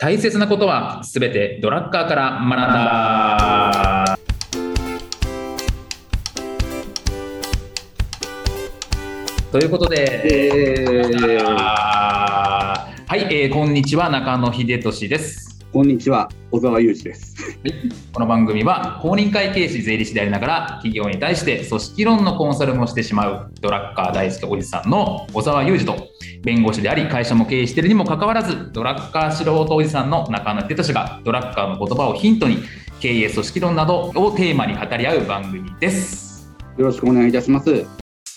大切なことはすべてドラッカーから学んだ。ということで、はい、こんにちは、中野秀俊です。 こんにちは、小沢裕二です。 この番組は公認会計士税理士でありながら企業に対して組織論のコンサルもしてしまうドラッカー大好きおじさんの小沢裕二と、弁護士であり会社も経営しているにもかかわらずドラッカー素人おじさんの中野秀俊がドラッカーの言葉をヒントに経営組織論などをテーマに語り合う番組です。 よろしくお願いいたします。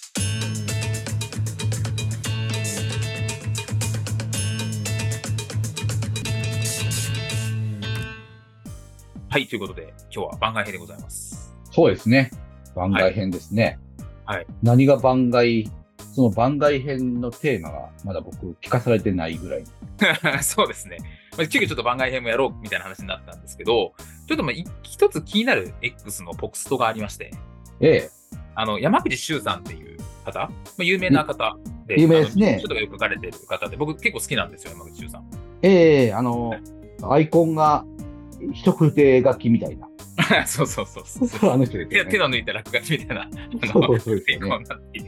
はい、ということで今日は番外編でございます。 そうですね。番外編ですね。 はい。 何が番外、その番外編のテーマがまだ僕聞かされてないぐらい。 そうですね。急遽ちょっと番外編もやろうみたいな話になったんですけど、ちょっと一つ気になる X のポストがありまして、山口周さんっていう方、有名な方で、 有名ですね。 ちょっとよく書かれてる方で、僕結構好きなんですよ、山口周さん。 アイコンが一筆書きみたいな。 そう。 あの人ですね。 手の抜いた落書きみたいな、 そうですね。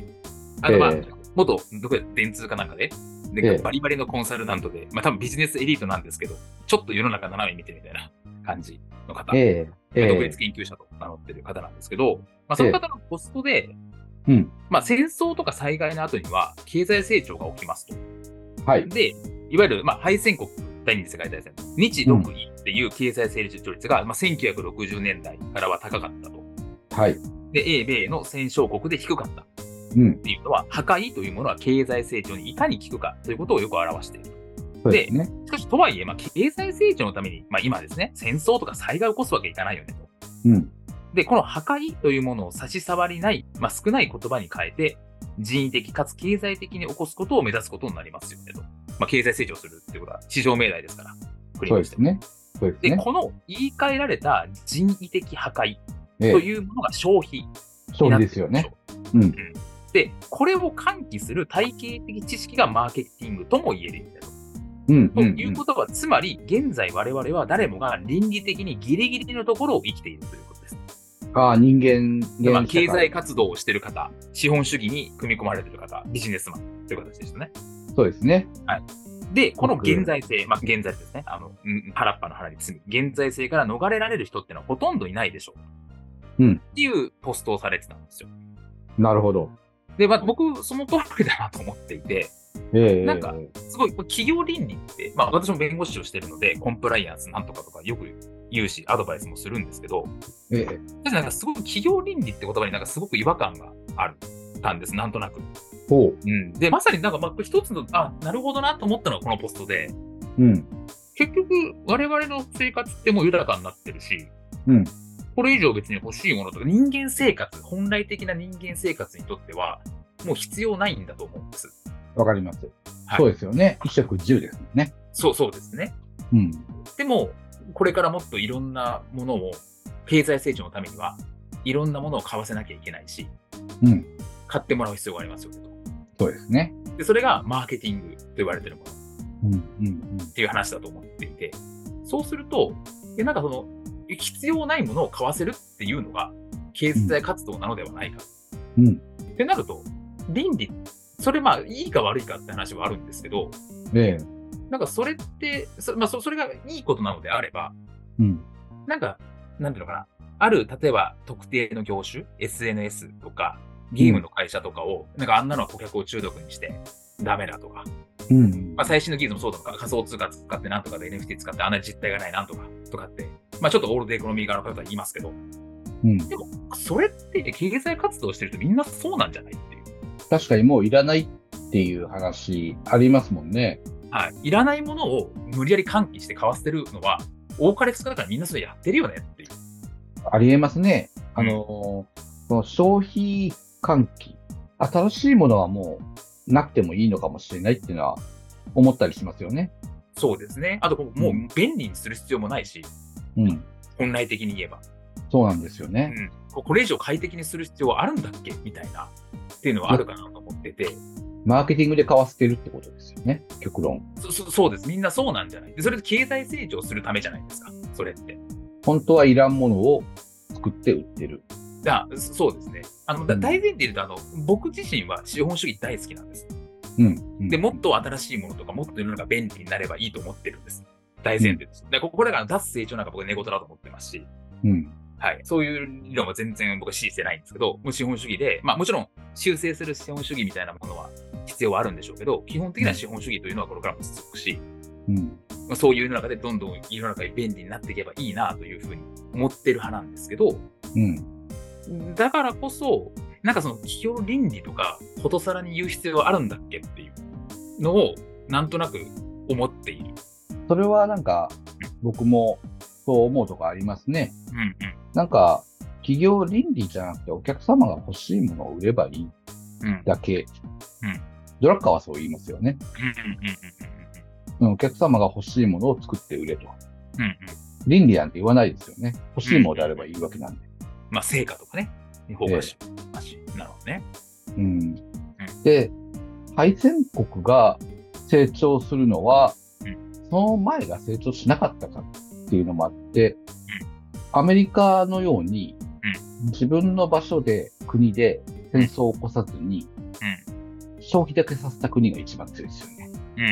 元電通かなんかで、バリバリのコンサルタントで、多分ビジネスエリートなんですけど、ちょっと世の中斜め見てみたいな感じの方、独立研究者と名乗ってる方なんですけど、その方のポストで、戦争とか災害の後には経済成長が起きますと。 はい。 で、いわゆる敗戦国、第二次世界大戦、日独伊っていう経済成長率が、1960年代からは高かったと。 はい。 で、英米の戦勝国で低かった。っていうのは、破壊というものは経済成長にいかに効くかということをよく表している。で、しかしとはいえ、経済成長のために、今ですね、戦争とか災害を起こすわけいかないよねと。で、この破壊というものを差し障りない、少ない言葉に変えて、人為的かつ経済的に起こすことを目指すことになりますよねと。経済成長するっていうことは市場命題ですから。 そうですね。 で、この言い換えられた人為的破壊というものが消費。 消費ですよね。 で、これを喚起する体系的知識がマーケティングとも言えるんだと。ということは、つまり、現在我々は誰もが倫理的にギリギリのところを生きているということです。 人間経済活動をしている方、資本主義に組み込まれている方、ビジネスマンという形でしたね。 そうですね。 はい。で、この現在性、現在ですね、原っぱの腹に包み、現在性から逃れられる人ってのはほとんどいないでしょう。っていうポストをされてたんですよ。 なるほど。 で、僕、その通りだなと思っていて、なんか、すごい、企業倫理って、私も弁護士をしているので、コンプライアンスなんとかとかよく言うし、アドバイスもするんですけど、なんかすごく企業倫理って言葉になんかすごく違和感があったんです、なんとなく。で、まさになんか一つの、なるほどなと思ったのはこのポストで、結局、我々の生活ってもう豊かになってるし、これ以上別に欲しいものとか、人間生活、本来的な人間生活にとっては、もう必要ないんだと思うんです。 わかります。そうですよね。衣食住ですもんね。 そうですね。でも、これからもっといろんなものを、経済成長のためには、いろんなものを買わせなきゃいけないし、買ってもらう必要がありますよねと。 そうですね。 で、それがマーケティングと言われてるもの。っていう話だと思っていて、そうすると、なんか必要ないものを買わせるっていうのが経済活動なのではないか。ってなると、倫理、それいいか悪いかって話はあるんですけど、なんかそれって、それがいいことなのであれば、なんか、なんていうのかな、ある、例えば特定の業種、SNS とか、ゲームの会社とかを、なんかあんなのは顧客を中毒にしてダメだとか、最新の技術もそうだとか、仮想通貨使ってなんとかで NFT 使ってあんな実態がないなんとかって、ちょっとオールドエコノミー側の方は言いますけど、でも、それって経済活動してるとみんなそうなんじゃないっていう。 確かにもういらないっていう話ありますもんね。 はい。いらないものを無理やり喚起して買わせてるのは、多かれ少なかれみんなそれやってるよねっていう。 ありえますね。その消費喚起、新しいものはもうなくてもいいのかもしれないっていうのは思ったりしますよね。 そうですね。あと、もう便利にする必要もないし、本来的に言えば。 そうなんですよね。 これ以上快適にする必要はあるんだっけみたいなっていうのはあるかなと思ってて。 マーケティングで買わせてるってことですよね、極論。 そうです。みんなそうなんじゃないで、それで経済成長するためじゃないですか、それって。 本当はいらんものを作って売ってる。 そうですね。大前提で言うと、僕自身は資本主義大好きなんです。で、もっと新しいものとか、もっと世の中便利になればいいと思ってるんです。大前提です。で、これが脱成長なんか僕は寝言だと思ってますし、はい。そういう理論は全然僕は支持してないんですけど、資本主義で、もちろん修正する資本主義みたいなものは必要はあるんでしょうけど、基本的な資本主義というのはこれからも続くし、そういう中でどんどん世の中に便利になっていけばいいなというふうに思ってる派なんですけど、だからこそ、なんかその企業倫理とか、ことさらに言う必要あるんだっけっていうのを、なんとなく思っている。 それはなんか、僕もそう思うとこありますね。なんか、企業倫理じゃなくてお客様が欲しいものを売ればいいだけ。ドラッカーはそう言いますよね。お客様が欲しいものを作って売れと。倫理なんて言わないですよね。欲しいものであればいいわけなんで。 成果とかね。フォーカスなるほどね。 で、敗戦国が成長するのは、その前が成長しなかったかっていうのもあって、アメリカのように、自分の場所で、国で戦争を起こさずに、消費だけさせた国が一番強いですよ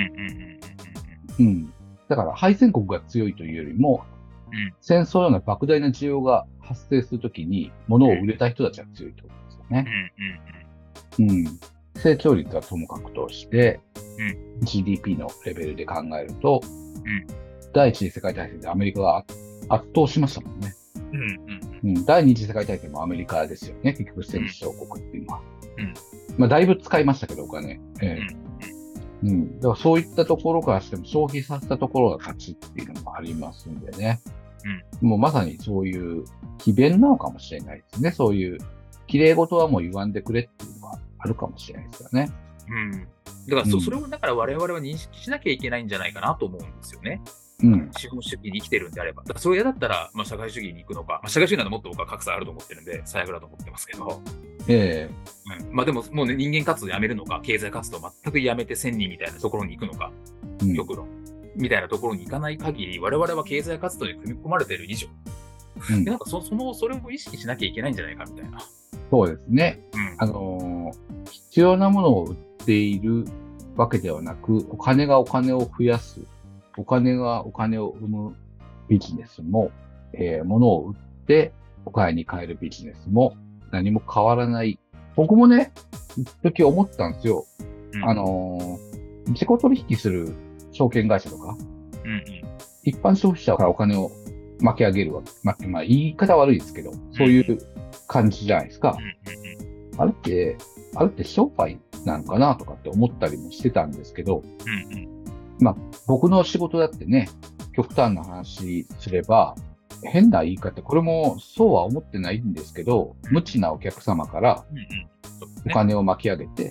ね。だから敗戦国が強いというよりも、戦争のような莫大な需要が発生するときに物を売れた人たちが強いということですよね。成長率はともかくとして、GDP のレベルで考えると、第一次世界大戦でアメリカが圧倒しましたもんね。第二次世界大戦もアメリカですよね。結局戦勝国っていうのは。だいぶ使いましたけど、お金。だからそういったところからしても消費させたところが勝ちっていうのもありますんでね。もうまさにそういう詭弁なのかもしれないですね。そういう綺麗事はもう言わんでくれっていうのはあるかもしれないですよね。 だからそれをだから我々は認識しなきゃいけないんじゃないかなと思うんですよね。資本主義に生きてるんであれば。それ嫌だったら、社会主義に行くのか。社会主義ならもっと僕は格差あると思ってるんで、最悪だと思ってますけど。でも、もうね、人間活動やめるのか、経済活動全くやめて1000人みたいなところに行くのか、極論。みたいなところに行かない限り、我々は経済活動に組み込まれている以上。なんかそれを意識しなきゃいけないんじゃないかみたいな。 そうですね。必要なものを売っているわけではなく、お金がお金を増やす。お金がお金を生むビジネスも、物を売ってお金に換えるビジネスも何も変わらない。僕もね、一時思ったんですよ。自己取引する証券会社とか、一般消費者からお金を巻き上げるわけ。言い方悪いですけど、そういう感じじゃないですか。あれって商売なのかなとかって思ったりもしてたんですけど、僕の仕事だってね、極端な話すれば、変な言い方、これもそうは思ってないんですけど、無知なお客様からお金を巻き上げて、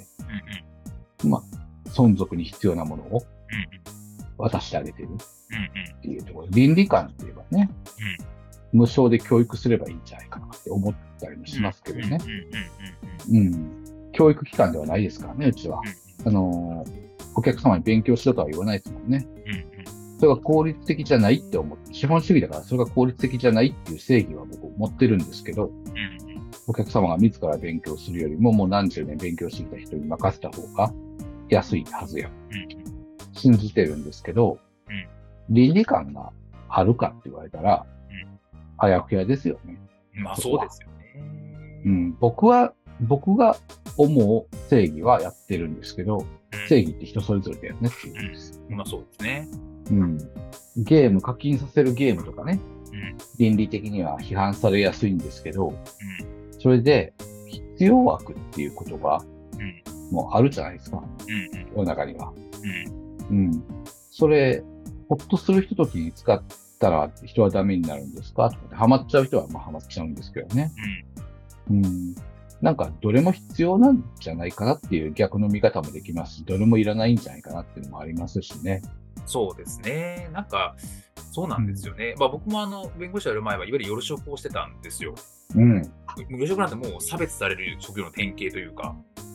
存続に必要なものを渡してあげてるっていうところ、倫理観って言えばね、無償で教育すればいいんじゃないかなって思ったりもしますけどね。教育機関ではないですからね、うちは。お客様に勉強しろとは言わないですもんね。それが効率的じゃないって思って、資本主義だからそれが効率的じゃないっていう正義は僕持ってるんですけど、お客様が自ら勉強するよりももう何十年勉強してきた人に任せた方が安いはずや。信じてるんですけど、倫理観があるかって言われたら、あやふやですよね。 そうですよね。 僕が思う正義はやってるんですけど、正義って人それぞれだよねっていうんです。 そうですね。 課金させるゲームとかね、倫理的には批判されやすいんですけど、それで必要悪っていう言葉もあるじゃないですか、世の中には。それ、ほっとするひとときに使ったら人はダメになるんですかとかで、ハマっちゃう人はハマっちゃうんですけどね。なんかどれも必要なんじゃないかなっていう逆の見方もできますし、どれもいらないんじゃないかなっていうのもありますしね。 そうですね。なんか、そうなんですよね。僕も弁護士をやる前はいわゆる夜職をしてたんですよ。夜職なんてもう差別される職業の典型というか、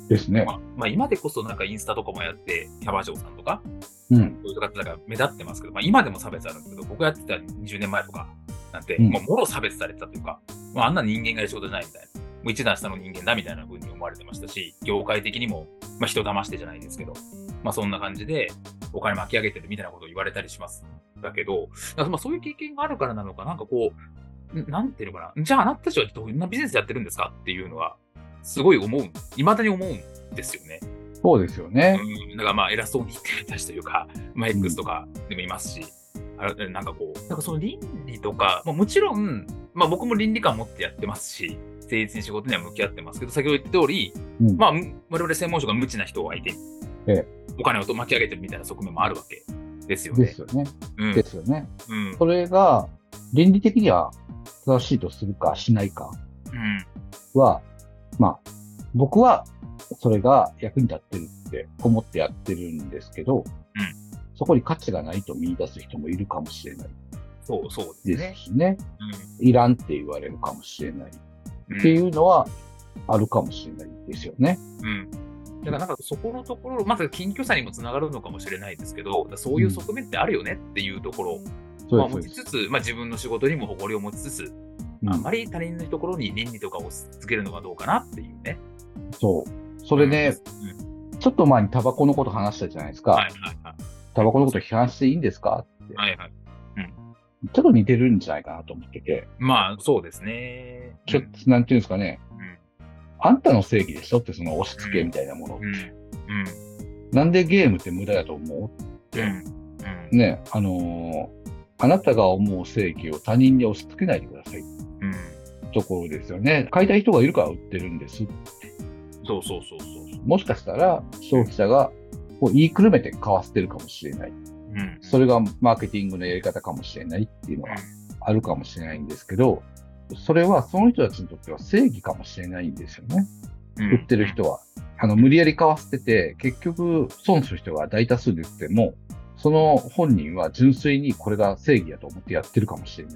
ですね。 まあ今でこそなんかインスタとかもやって、キャバ嬢さんとか、 うん。 そういう方が目立ってますけど、まあ今でも差別あるんですけど、僕やってた20年前とかなんて、もろ差別されてたというか、あんな人間がやる仕事じゃないみたいな。もう一段下の人間だみたいな風に思われてましたし、業界的にも、人騙してじゃないですけど、そんな感じでお金巻き上げてるみたいなことを言われたりします。だけど、そういう経験があるからなのか、なんかこう、なんていうのかな。じゃああなたたちはどんなビジネスやってるんですかっていうのは、すごい未だに思うんですよね。 そうですよね。 だから偉そうに言ってる人たちというか、X とかでもいますし、なんかこう、なんかその倫理とか、もちろん、僕も倫理観持ってやってますし、誠実に仕事には向き合ってますけど、先ほど言った通り、我々専門職が無知な人を相手に、お金を巻き上げてるみたいな側面もあるわけですよね。 ですよね。ですよね。それが、倫理的には正しいとするかしないかは、僕はそれが役に立ってるって思ってやってるんですけど、そこに価値がないと見出す人もいるかもしれない。 そうですね。 ですね。いらんって言われるかもしれない。っていうのはあるかもしれないですよね。 だからなんかそこのところ、まず謙虚さにもつながるのかもしれないですけど、そういう側面ってあるよねっていうところを持ちつつ、自分の仕事にも誇りを持ちつつ、あんまり他人のところに倫理とかを押し付けるのはどうかなっていうね。 そう。それね、ちょっと前にタバコのこと話したじゃないですか。タバコのこと批判していいんですかって。ちょっと似てるんじゃないかなと思ってて。 そうですね。 ちょっと、なんていうんですかね。あんたの正義でしょって、その押し付けみたいなものって。なんでゲームって無駄だと思うって。ね、あなたが思う正義を他人に押し付けないでください。ところですよね。買いたい人がいるから売ってるんです。 そう。 もしかしたら消費者が言いくるめて買わせてるかもしれない。それがマーケティングのやり方かもしれないっていうのはあるかもしれないんですけど、それはその人たちにとっては正義かもしれないんですよね。売ってる人は。無理やり買わせてて、結局損する人が大多数で売っても、その本人は純粋にこれが正義だと思ってやってるかもしれない。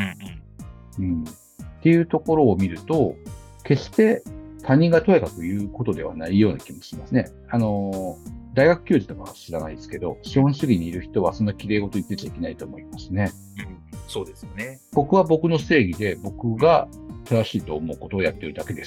っていうところを見ると、決して他人がとやかく言うことではないような気もしますね。大学教授とかは知らないですけど、資本主義にいる人はそんな綺麗事言ってちゃいけないと思いますね。 そうですよね。 僕は僕の正義で僕が正しいと思うことをやってるだけです。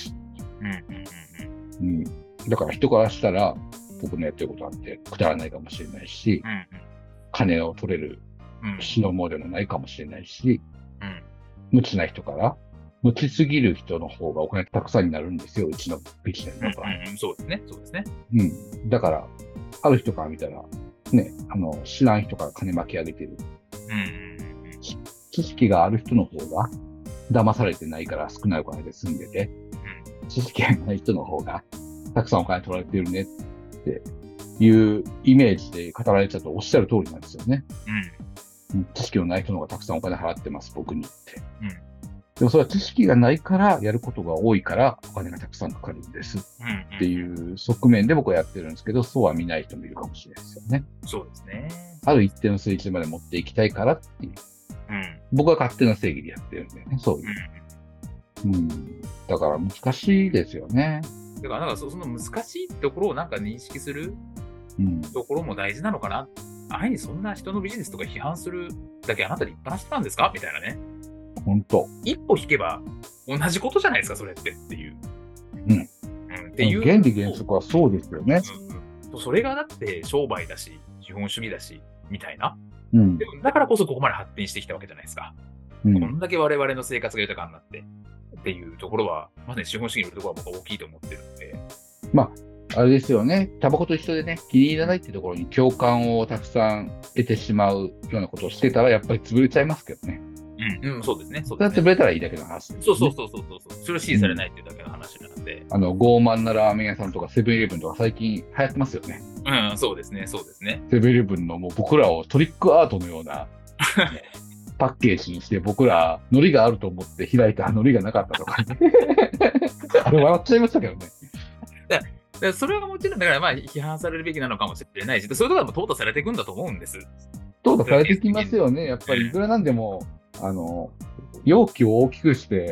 だから人からしたら僕のやってることなんてくだらないかもしれないし、金を取れる死のもでもないかもしれないし、無知な人から無知すぎる人の方がお金たくさんになるんですよ、うちのビジネスとか。 そうですね。 だから、ある人から見たら、ね、知らん人から金巻き上げてる。知識がある人の方が騙されてないから少ないお金で済んでて、知識がない人の方がたくさんお金取られてるねっていうイメージで語られちゃうとおっしゃる通りなんですよね。知識のない人の方がたくさんお金払ってます、僕にって。でもそれは知識がないからやることが多いからお金がたくさんかかるんですっていう側面で僕はやってるんですけど、そうは見ない人もいるかもしれないですよね。 そうですね。 ある一定の水準まで持っていきたいからっていう。僕は勝手な正義でやってるんだよね、そういう。だから難しいですよね。 だからなんかその難しいところをなんか認識するところも大事なのかな。あえにそんな人のビジネスとか批判するだけあなた立派な人なんですかみたいなね。 本当。 一歩引けば同じことじゃないですか、それってっていう。 っていう。原理原則はそうですよね。 それがだって商売だし、資本主義だし、みたいな。 でもだからこそここまで発展してきたわけじゃないですか。こんだけ我々の生活が豊かになってっていうところは、まさに資本主義のところは僕は大きいと思ってるので。 あれですよね。タバコと一緒でね、気に入らないっていうところに共感をたくさん得てしまうようなことをしてたら、やっぱり潰れちゃいますけどね。 そうですね。 それは潰れたらいいだけの話です、ね。 そう。それを支持されないっていうだけの話なので。 傲慢なラーメン屋さんとかセブンイレブンとか最近流行ってますよね。 そうですね。 セブンイレブンのもう僕らをトリックアートのようなパッケージにして僕ら、海苔があると思って開いた海苔がなかったとか。あれ笑っちゃいましたけどね。 それはもちろん、だから批判されるべきなのかもしれないし、そういうところも淘汰されていくんだと思うんです。 淘汰されてきますよね。やっぱりいくらなんでも、容器を大きくして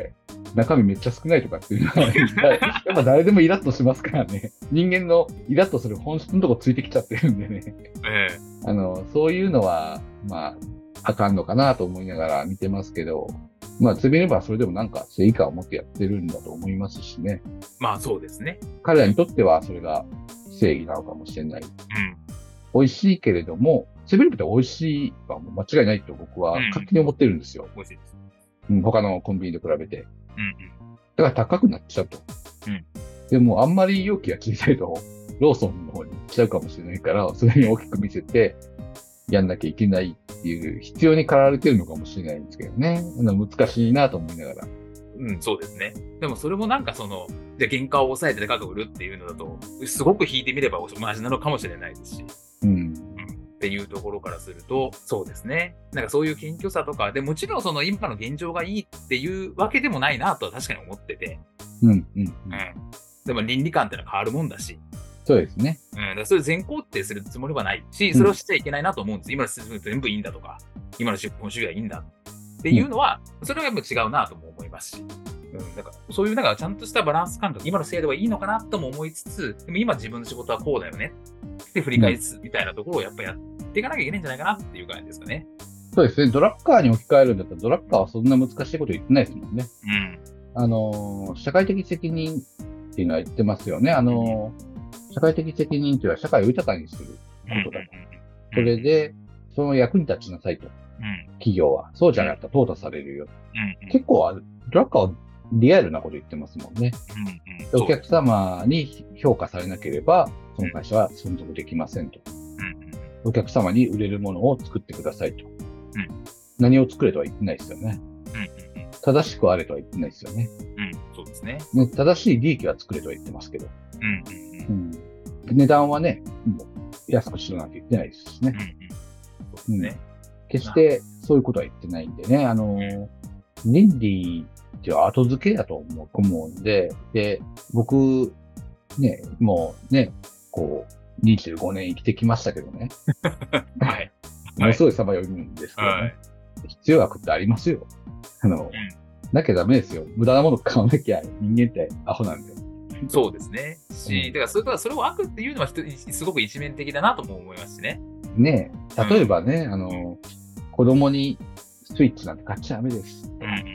中身めっちゃ少ないとかっていうのは、やっぱ誰でもイラッとしますからね。人間のイラッとする本質のとこついてきちゃってるんでね。そういうのは、まあ、あかんのかなと思いながら見てますけど、まあ、つべればそれでもなんか正義感を持ってやってるんだと思いますしね。 まあそうですね。 彼らにとってはそれが正義なのかもしれない。美味しいけれども、セブンイレブンって美味しいはもう間違いないと僕は勝手に思ってるんですよ。 美味しいです。 他のコンビニと比べて。だから高くなっちゃうと。でもあんまり容器が小さいと、ローソンの方に行っちゃうかもしれないから、それに大きく見せて、やんなきゃいけないっていう必要に駆られてるのかもしれないんですけどね。難しいなと思いながら。 そうですね。でもそれもなんかじゃあ原価を抑えて高く売るっていうのだと、すごく引いてみれば同じなのかもしれないですし。っていうところからすると、そうですね。なんかそういう謙虚さとか、でもちろん今の現状がいいっていうわけでもないなとは確かに思ってて。でも倫理観ってのは変わるもんだし。 そうですね。 だからそれ全肯定するつもりはないし、それをしちゃいけないなと思うんです。今のシステム全部いいんだとか、今の資本主義はいいんだっていうのは、それはやっぱ違うなとも思いますし。だからそういうなんかちゃんとしたバランス感覚、今の制度はいいのかなとも思いつつ、でも今自分の仕事はこうだよねって振り返すみたいなところをやっぱやっていかなきゃいけないんじゃないかなっていう感じですかね。 そうですね。ドラッカーに置き換えるんだったら、ドラッカーはそんな難しいこと言ってないですもんね。社会的責任っていうのは言ってますよね。社会的責任というのは社会を豊かにすることだと。それで、その役に立ちなさいと。企業は。そうじゃなかったら淘汰されるよ。結構ドラッカーはリアルなこと言ってますもんね。お客様に評価されなければ、その会社は存続できませんと。お客様に売れるものを作ってくださいと。何を作れとは言ってないですよね。正しくあれとは言ってないですよね。 そうですね。 正しい利益は作れとは言ってますけど。値段はね、もう安くしろなんて言ってないですしね。決してそういうことは言ってないんでね。倫理っていう後付けだと思うんで、僕、ね、もうね、25年生きてきましたけどね。ものすごいさば読むんですけどね。必要悪ってありますよ。なきゃダメですよ。無駄なもの買わなきゃ人間ってアホなんで。 そうですね。だからそれを悪っていうのはすごく一面的だなとも思いますしね。 ねえ。例えばね、子供にスイッチなんて買っちゃダメです。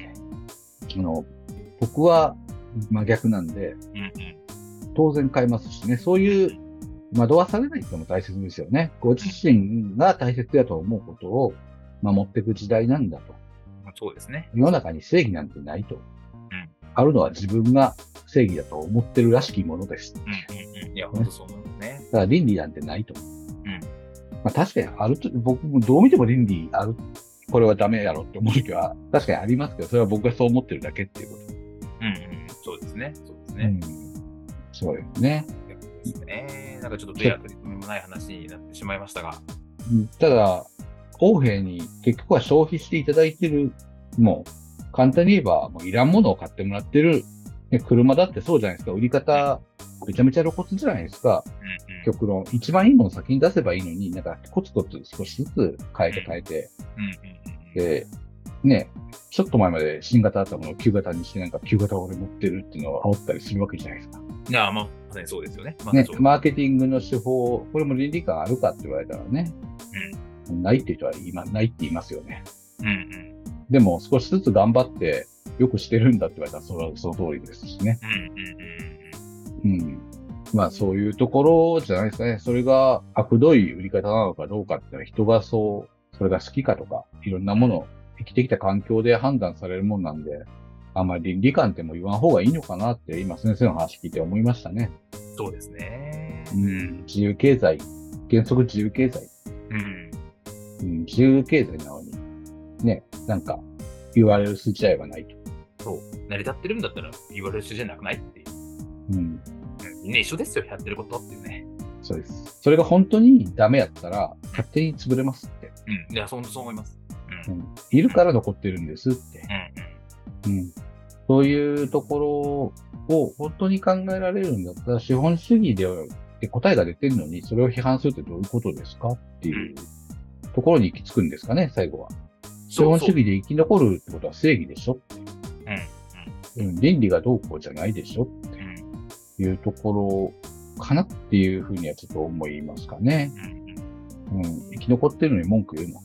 僕は真逆なんで、当然買いますしね。そういう惑わされないってのも大切ですよね。ご自身が大切だと思うことを守っていく時代なんだと。 そうですね。 世の中に正義なんてないと。あるのは自分が正義だと思ってるらしきものです。 いや、本当そう思うんですね。 だから倫理なんてないと。確かに僕もどう見ても倫理ある。これはダメやろって思う時は確かにありますけど、それは僕がそう思ってるだけっていうこと。 そうですね。そうですね。 そうですね。 なんかちょっと手当たりもない話になってしまいましたが。 ただ、公平に結局は消費していただいてる、もう簡単に言えばもういらんものを買ってもらってる、車だってそうじゃないですか。売り方、めちゃめちゃ露骨じゃないですか。極論。一番いいものを先に出せばいいのに、なんかコツコツ少しずつ変えて。で、ね、ちょっと前まで新型だったものを旧型にして、なんか旧型を俺持ってるっていうのを煽ったりするわけじゃないですか。 いや、まさにそうですよね。 マーケティングの手法、これも倫理観あるかって言われたらね。ないって人はないって言いますよね。でも少しずつ頑張ってよくしてるんだって言われたらその通りですしね。まあそういうところじゃないですかね。それが悪どい売り方なのかどうかっていうのは人がそれが好きかとか、いろんなものを生きてきた環境で判断されるもんなんで、あんまり倫理観っても言わん方がいいのかなって今先生の話聞いて思いましたね。 そうですね。 自由経済、原則自由経済。自由経済なのに、ね、なんか言われる筋合いはないと。 そう。成り立ってるんだったら言われる筋合いなくないっていう。みんな一緒ですよ、やってることっていうね。 そうです。それが本当にダメやったら、勝手に潰れますって。 いや、そう思います。 いるから残ってるんですって。そういうところを本当に考えられるんだったら、資本主義で答えが出てるのに、それを批判するってどういうことですかっていうところに行き着くんですかね、最後は。資本主義で生き残るってことは正義でしょっていう。 倫理がどうこうじゃないでしょっていうところかなっていうふうにはちょっと思いますかね。生き残ってるのに文句言うの。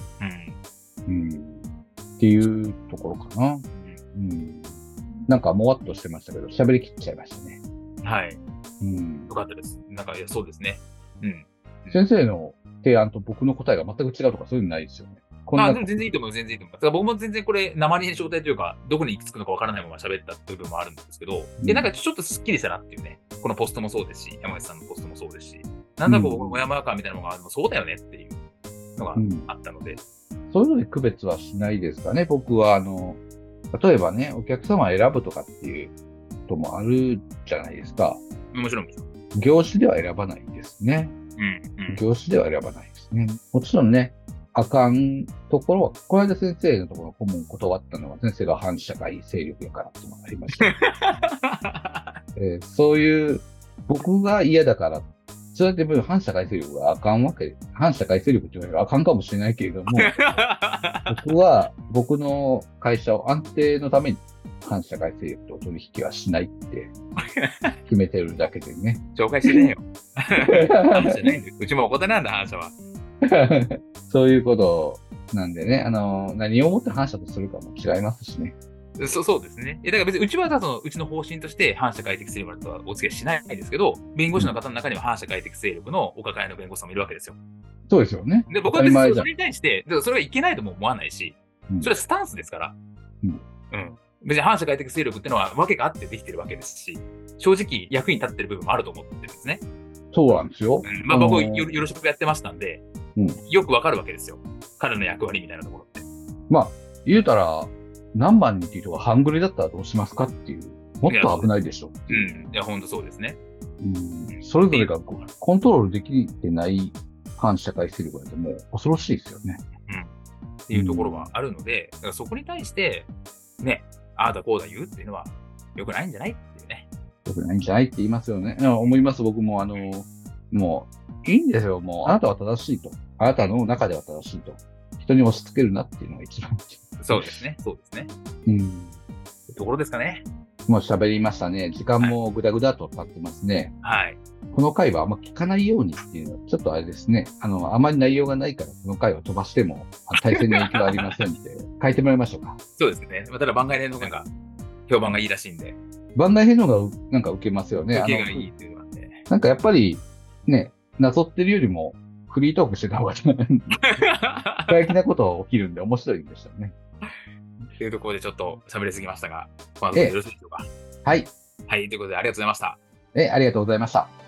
っていうところかな。なんかもわっとしてましたけど、喋り切っちゃいましたね。 はい。よかったです。なんか、そうですね。 先生の提案と僕の答えが全く違うとかそういうのないですよね。 全然いいと思う、全然いいと思う。だから僕も全然これ、生状態というか、どこに行き着くのかわからないまま喋った部分もあるんですけど、なんかちょっとスッキリしたなっていうね、このポストもそうですし、山口さんのポストもそうですし、なんだこう、もやもや感みたいなのが、そうだよねっていうのがあったので。 そういうので区別はしないですかね。僕は、例えばね、お客様を選ぶとかっていうこともあるじゃないですか。 もちろん。 業種では選ばないですね。業種では選ばないですね。もちろんね、あかんところは、この間先生のところの顧問断ったのは、先生が反社会勢力やからっていうのがありました。そういう、僕が嫌だから、それで反社会勢力があかんわけ、反社会勢力って言われるあかんかもしれないけれども、僕は僕の会社を安定のために反社会勢力と取引はしないって決めてるだけでね。 紹介してねえよ。反社ないんで。うちもお答えなんだ、反社は。 そういうことなんでね、何をもって反社とするかも違いますしね。 そうですね。だから別にうちはうちの方針として反社会的勢力とはお付き合いしないですけど、弁護士の方の中には反社会的勢力のお抱えの弁護士さんもいるわけですよ。 そうですよね。 で、僕は別にそれに対して、それはいけないとも思わないし、それはスタンスですから。別に反社会的勢力っていうのは訳があってできてるわけですし、正直役に立ってる部分もあると思ってるんですね。 そうなんですよ。 僕、よろしくやってましたんで、よくわかるわけですよ。彼の役割みたいなところって。 言うたら、何番にっていう人が半グレだったらどうしますかっていう。もっと危ないでしょ。 いや、ほんとそうですね。 それぞれがコントロールできてない反社会勢力でも恐ろしいですよね。 っていうところはあるので、だからそこに対して、ね、ああだこうだ言うっていうのは良くないんじゃないっていうね。 良くないんじゃないって言いますよね。思います。僕ももう、いいんですよ。もう、あなたは正しいと。あなたの中では正しいと。人に押し付けるなっていうのが一番。 そうですね。ところですかね。 もう喋りましたね。時間もぐだぐだと経ってますね。この回はあんま聞かないようにっていうのは、ちょっとあれですね。あまり内容がないから、この回を飛ばしても、対戦に影響はありませんって、書いてもらいましょうか。 そうですね。ただ番外編の方が評判がいいらしいんで。 番外編の方がなんか受けますよね。 受けがいいっていうのはね。 なんかやっぱり、ね、なぞってるよりも、フリートークしてた方が、過激なことが起きるんで面白いんでしたね。 というところでちょっと喋りすぎましたが、よろしいでしょうか。 はい。 はい、ということでありがとうございました。 ありがとうございました。